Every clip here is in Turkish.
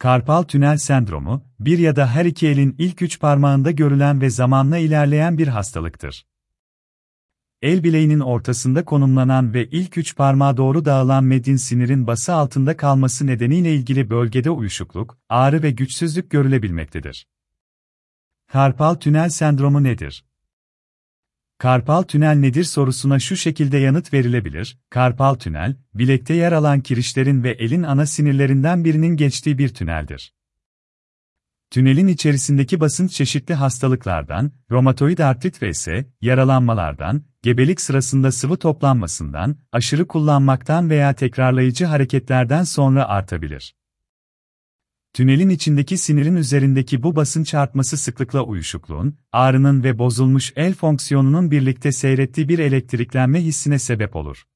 Karpal tünel sendromu, bir ya da her iki elin ilk üç parmağında görülen ve zamanla ilerleyen bir hastalıktır. El bileğinin ortasında konumlanan ve ilk üç parmağa doğru dağılan median sinirin bası altında kalması nedeniyle ilgili bölgede uyuşukluk, ağrı ve güçsüzlük görülebilmektedir. Karpal tünel sendromu nedir? Karpal tünel nedir sorusuna şu şekilde yanıt verilebilir: karpal tünel, bilekte yer alan kirişlerin ve elin ana sinirlerinden birinin geçtiği bir tüneldir. Tünelin içerisindeki basınç çeşitli hastalıklardan, romatoid artrit vs. yaralanmalardan, gebelik sırasında sıvı toplanmasından, aşırı kullanmaktan veya tekrarlayıcı hareketlerden sonra artabilir. Tünelin içindeki sinirin üzerindeki bu basınç artması sıklıkla uyuşukluğun, ağrının ve bozulmuş el fonksiyonunun birlikte seyrettiği bir elektriklenme hissine sebep olur.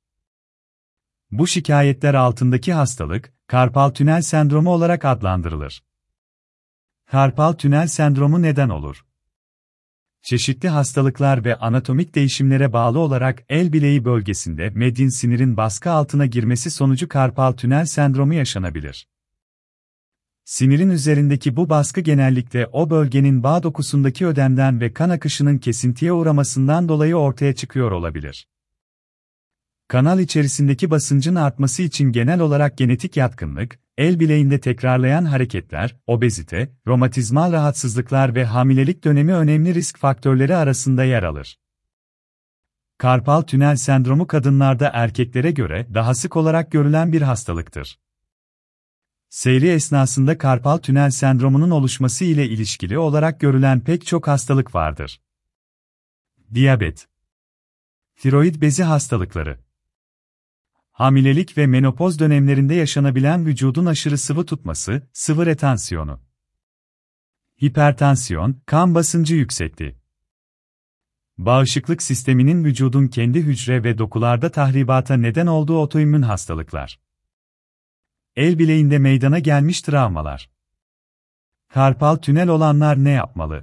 Bu şikayetler altındaki hastalık, karpal tünel sendromu olarak adlandırılır. Karpal tünel sendromu neden olur? Çeşitli hastalıklar ve anatomik değişimlere bağlı olarak el bileği bölgesinde median sinirin baskı altına girmesi sonucu karpal tünel sendromu yaşanabilir. Sinirin üzerindeki bu baskı genellikle o bölgenin bağ dokusundaki ödemden ve kan akışının kesintiye uğramasından dolayı ortaya çıkıyor olabilir. Kanal içerisindeki basıncın artması için genel olarak genetik yatkınlık, el bileğinde tekrarlayan hareketler, obezite, romatizmal rahatsızlıklar ve hamilelik dönemi önemli risk faktörleri arasında yer alır. Karpal tünel sendromu kadınlarda erkeklere göre daha sık olarak görülen bir hastalıktır. Seyri esnasında karpal tünel sendromunun oluşması ile ilişkili olarak görülen pek çok hastalık vardır. Diyabet, tiroid bezi hastalıkları, hamilelik ve menopoz dönemlerinde yaşanabilen vücudun aşırı sıvı tutması, sıvı retansiyonu, hipertansiyon, kan basıncı yüksekliği, bağışıklık sisteminin vücudun kendi hücre ve dokularda tahribata neden olduğu otoimmün hastalıklar. El bileğinde meydana gelmiş travmalar. Karpal tünel olanlar ne yapmalı?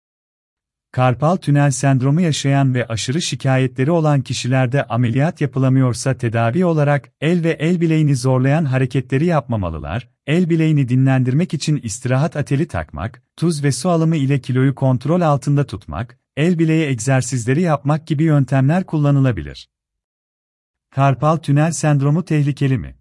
Karpal tünel sendromu yaşayan ve aşırı şikayetleri olan kişilerde ameliyat yapılamıyorsa tedavi olarak el ve el bileğini zorlayan hareketleri yapmamalılar, el bileğini dinlendirmek için istirahat ateli takmak, tuz ve su alımı ile kiloyu kontrol altında tutmak, el bileği egzersizleri yapmak gibi yöntemler kullanılabilir. Karpal tünel sendromu tehlikeli mi?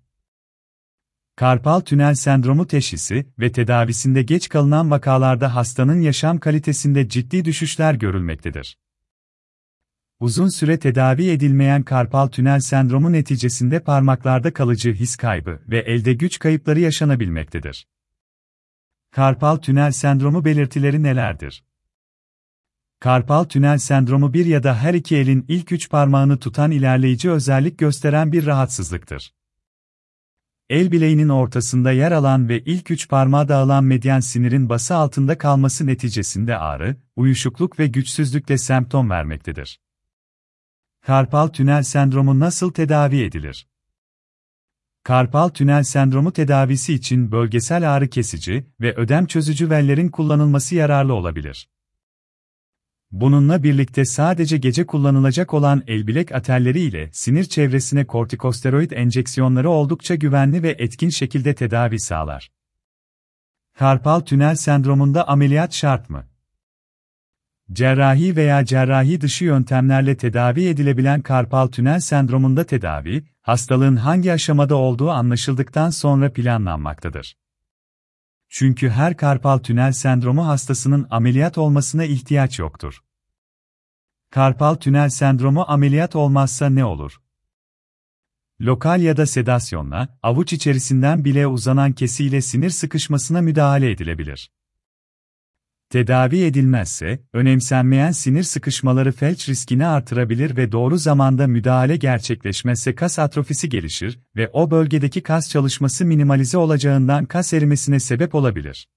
Karpal tünel sendromu teşhisi ve tedavisinde geç kalınan vakalarda hastanın yaşam kalitesinde ciddi düşüşler görülmektedir. Uzun süre tedavi edilmeyen karpal tünel sendromu neticesinde parmaklarda kalıcı his kaybı ve elde güç kayıpları yaşanabilmektedir. Karpal tünel sendromu belirtileri nelerdir? Karpal tünel sendromu bir ya da her iki elin ilk üç parmağını tutan ilerleyici özellik gösteren bir rahatsızlıktır. El bileğinin ortasında yer alan ve ilk üç parmağa dağılan medyan sinirin bası altında kalması neticesinde ağrı, uyuşukluk ve güçsüzlükle semptom vermektedir. Karpal tünel sendromu nasıl tedavi edilir? Karpal tünel sendromu tedavisi için bölgesel ağrı kesici ve ödem çözücü vellerin kullanılması yararlı olabilir. Bununla birlikte sadece gece kullanılacak olan el-bilek atelleri ile sinir çevresine kortikosteroid enjeksiyonları oldukça güvenli ve etkin şekilde tedavi sağlar. Karpal tünel sendromunda ameliyat şart mı? Cerrahi veya cerrahi dışı yöntemlerle tedavi edilebilen karpal tünel sendromunda tedavi, hastalığın hangi aşamada olduğu anlaşıldıktan sonra planlanmaktadır. Çünkü her karpal tünel sendromu hastasının ameliyat olmasına ihtiyaç yoktur. Karpal tünel sendromu ameliyat olmazsa ne olur? Lokal ya da sedasyonla, avuç içerisinden bileğe uzanan kesiyle sinir sıkışmasına müdahale edilebilir. Tedavi edilmezse, önemsenmeyen sinir sıkışmaları felç riskini artırabilir ve doğru zamanda müdahale gerçekleşmezse kas atrofisi gelişir ve o bölgedeki kas çalışması minimalize olacağından kas erimesine sebep olabilir.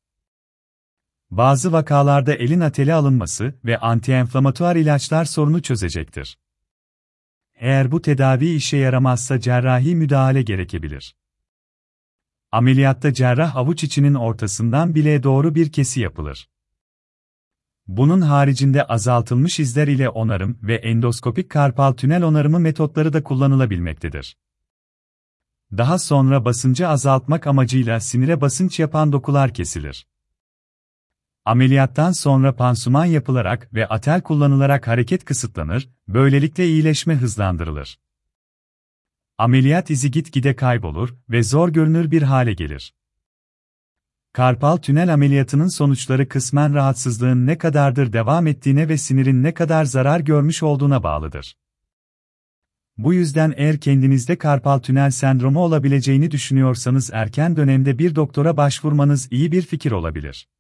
Bazı vakalarda elin ateli alınması ve antienflamatuar ilaçlar sorunu çözecektir. Eğer bu tedavi işe yaramazsa cerrahi müdahale gerekebilir. Ameliyatta cerrah avuç içinin ortasından bileğe doğru bir kesi yapılır. Bunun haricinde azaltılmış izler ile onarım ve endoskopik karpal tünel onarımı metotları da kullanılabilmektedir. Daha sonra basıncı azaltmak amacıyla sinire basınç yapan dokular kesilir. Ameliyattan sonra pansuman yapılarak ve atel kullanılarak hareket kısıtlanır, böylelikle iyileşme hızlandırılır. Ameliyat izi gitgide kaybolur ve zor görünür bir hale gelir. Karpal tünel ameliyatının sonuçları kısmen rahatsızlığın ne kadardır devam ettiğine ve sinirin ne kadar zarar görmüş olduğuna bağlıdır. Bu yüzden eğer kendinizde karpal tünel sendromu olabileceğini düşünüyorsanız erken dönemde bir doktora başvurmanız iyi bir fikir olabilir.